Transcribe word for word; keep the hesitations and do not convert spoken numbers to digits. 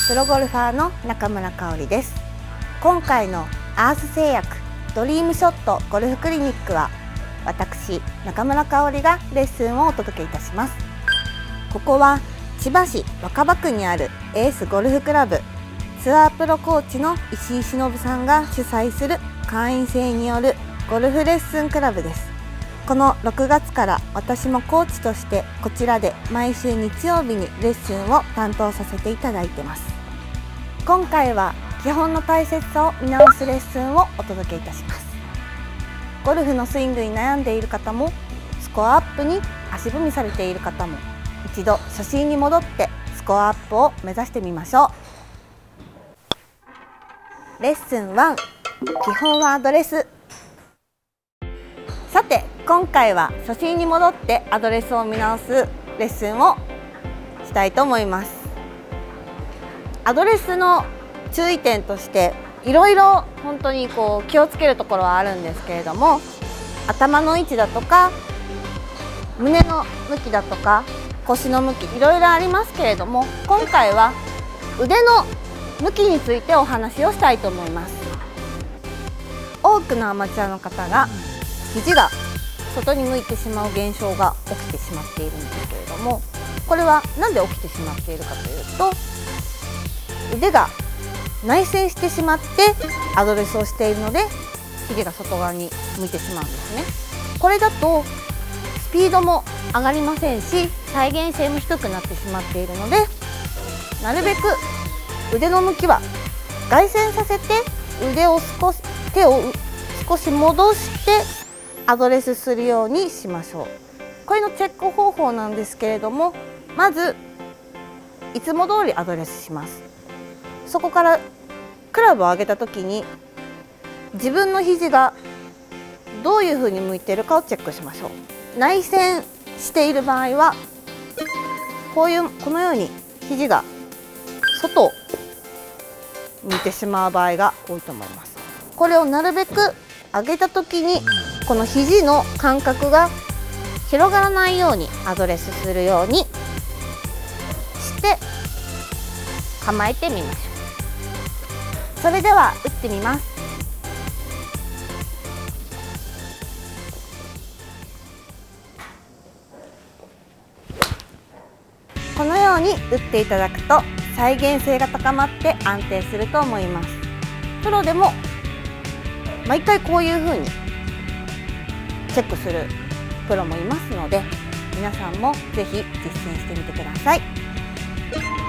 プロゴルファーの中村香織です。今回のアース製薬ドリームショットゴルフクリニックは、私中村香織がレッスンをお届けいたします。ここは千葉市若葉区にあるエースゴルフクラブ、ツアープロコーチの石井忍さんが主催する会員制によるゴルフレッスンクラブです。このろくがつから私もコーチとしてこちらで毎週日曜日にレッスンを担当させていただいてます。今回は基本の大切さを見直すレッスンをお届けいたします。ゴルフのスイングに悩んでいる方も、スコアアップに足踏みされている方も、一度初心に戻ってスコアアップを目指してみましょう。レッスンいち、基本はアドレス。さて、今回は初心に戻ってアドレスを見直すレッスンをしたいと思います。アドレスの注意点としていろいろ本当にこう気をつけるところはあるんですけれども、頭の位置だとか胸の向きだとか腰の向き、いろいろありますけれども、今回は腕の向きについてお話をしたいと思います。多くのアマチュアの方が肘が外に向いてしまう現象が起きてしまっているんですけれども、これは何で起きてしまっているかというと、腕が内旋してしまってアドレスをしているので、肘が外側に向いてしまうんですね。これだとスピードも上がりませんし、再現性も低くなってしまっているので、なるべく腕の向きは外旋させて、腕を少し手を少し戻してアドレスするようにしましょう。これのチェック方法なんですけれども、まずいつも通りアドレスします。そこからクラブを上げた時に自分の肘がどういうふうに向いているかをチェックしましょう。内旋している場合はこういうこのように肘が外を向いてしまう場合が多いと思います。これをなるべく上げた時にこの肘の間隔が広がらないようにアドレスするようにして構えてみましょう。それでは打ってみます。このように打っていただくと再現性が高まって安定すると思います。プロでも毎回こういうふうにチェックするプロもいますので、皆さんもぜひ実践してみてください。